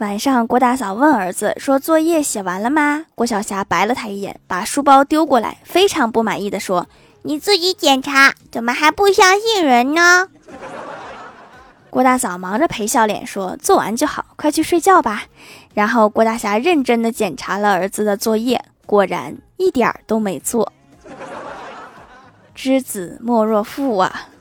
晚上，郭大嫂问儿子说：“作业写完了吗？”郭晓霞白了他一眼，把书包丢过来，非常不满意的说：“你自己检查，怎么还不相信人呢？”郭大嫂忙着陪笑脸说：“做完就好，快去睡觉吧。”然后郭大侠认真的检查了儿子的作业，果然一点儿都没做。知子莫若父啊！